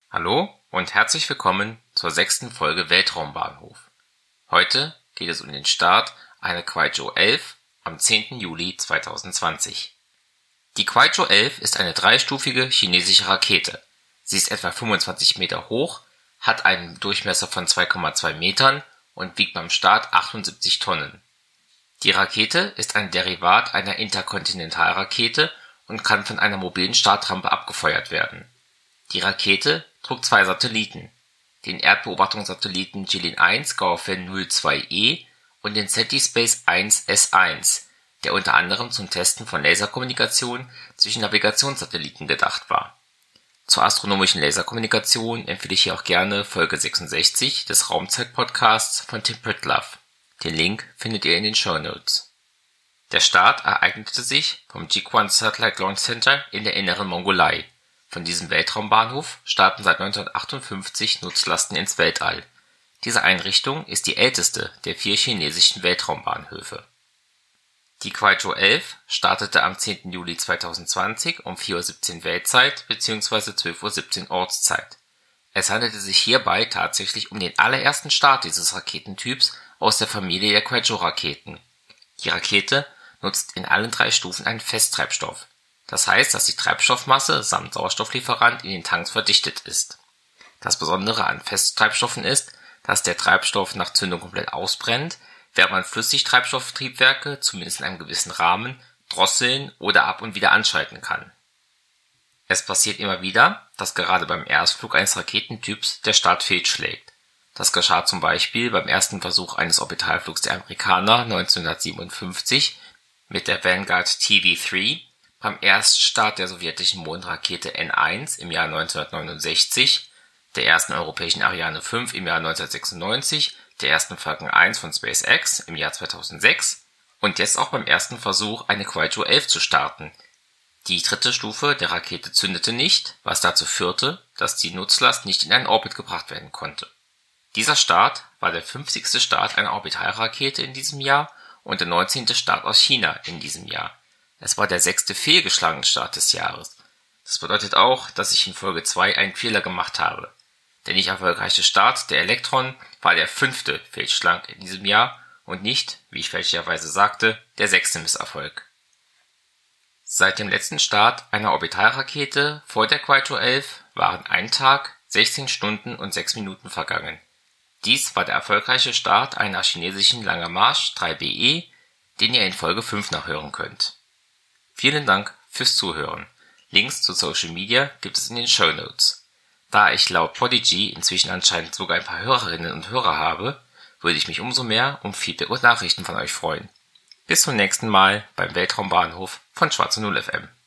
Hallo und herzlich willkommen zur 6. Folge Weltraumbahnhof. Heute geht es um den Start einer Kuaizhou 11 am 10. Juli 2020. Die Kuaizhou 11 ist eine dreistufige chinesische Rakete. Sie ist etwa 25 Meter hoch, hat einen Durchmesser von 2,2 Metern und wiegt beim Start 78 Tonnen. Die Rakete ist ein Derivat einer Interkontinentalrakete und kann von einer mobilen Startrampe abgefeuert werden. Die Rakete trug 2 Satelliten, den Erdbeobachtungssatelliten Jilin-1 Gaofen 02e und den SETI Space 1 S1, der unter anderem zum Testen von Laserkommunikation zwischen Navigationssatelliten gedacht war. Zur astronomischen Laserkommunikation empfehle ich hier auch gerne Folge 66 des Raumzeit-Podcasts von Tim Pritlove. Den Link findet ihr in den Shownotes. Der Start ereignete sich vom Jiuquan Satellite Launch Center in der Inneren Mongolei. Von diesem Weltraumbahnhof starten seit 1958 Nutzlasten ins Weltall. Diese Einrichtung ist die älteste der 4 chinesischen Weltraumbahnhöfe. Die Kuaizhou 11 startete am 10. Juli 2020 um 4:17 Uhr Weltzeit bzw. 12:17 Uhr Ortszeit. Es handelte sich hierbei tatsächlich um den allerersten Start dieses Raketentyps aus der Familie der Kuaizhou-Raketen. Die Rakete nutzt in allen 3 Stufen einen Festtreibstoff. Das heißt, dass die Treibstoffmasse samt Sauerstofflieferant in den Tanks verdichtet ist. Das Besondere an Festtreibstoffen ist, dass der Treibstoff nach Zündung komplett ausbrennt, während man Flüssigtreibstofftriebwerke zumindest in einem gewissen Rahmen drosseln oder ab und wieder anschalten kann. Es passiert immer wieder, dass gerade beim Erstflug eines Raketentyps der Start fehlschlägt. Das geschah zum Beispiel beim ersten Versuch eines Orbitalflugs der Amerikaner 1957 mit der Vanguard TV-3, beim Erststart der sowjetischen Mondrakete N1 im Jahr 1969, der ersten europäischen Ariane 5 im Jahr 1996, der ersten Falcon 1 von SpaceX im Jahr 2006 und jetzt auch beim ersten Versuch, eine Kuaizhou 11 zu starten. Die 3. Stufe der Rakete zündete nicht, was dazu führte, dass die Nutzlast nicht in einen Orbit gebracht werden konnte. Dieser Start war der 50. Start einer Orbitalrakete in diesem Jahr und der 19. Start aus China in diesem Jahr. Es war der 6. fehlgeschlagene Start des Jahres. Das bedeutet auch, dass ich in Folge 2 einen Fehler gemacht habe. Der nicht erfolgreiche Start der Electron war der 5. Fehlschlag in diesem Jahr und nicht, wie ich fälschlicherweise sagte, der 6. Misserfolg. Seit dem letzten Start einer Orbitalrakete vor der Kuaizhou 11 waren 1 Tag, 16 Stunden und 6 Minuten vergangen. Dies war der erfolgreiche Start einer chinesischen Langer Marsch 3BE, den ihr in Folge 5 nachhören könnt. Vielen Dank fürs Zuhören. Links zu Social Media gibt es in den Shownotes. Da ich laut Podigy inzwischen anscheinend sogar ein paar Hörerinnen und Hörer habe, würde ich mich umso mehr um Feedback und Nachrichten von euch freuen. Bis zum nächsten Mal beim Weltraumbahnhof von Schwarze Null FM.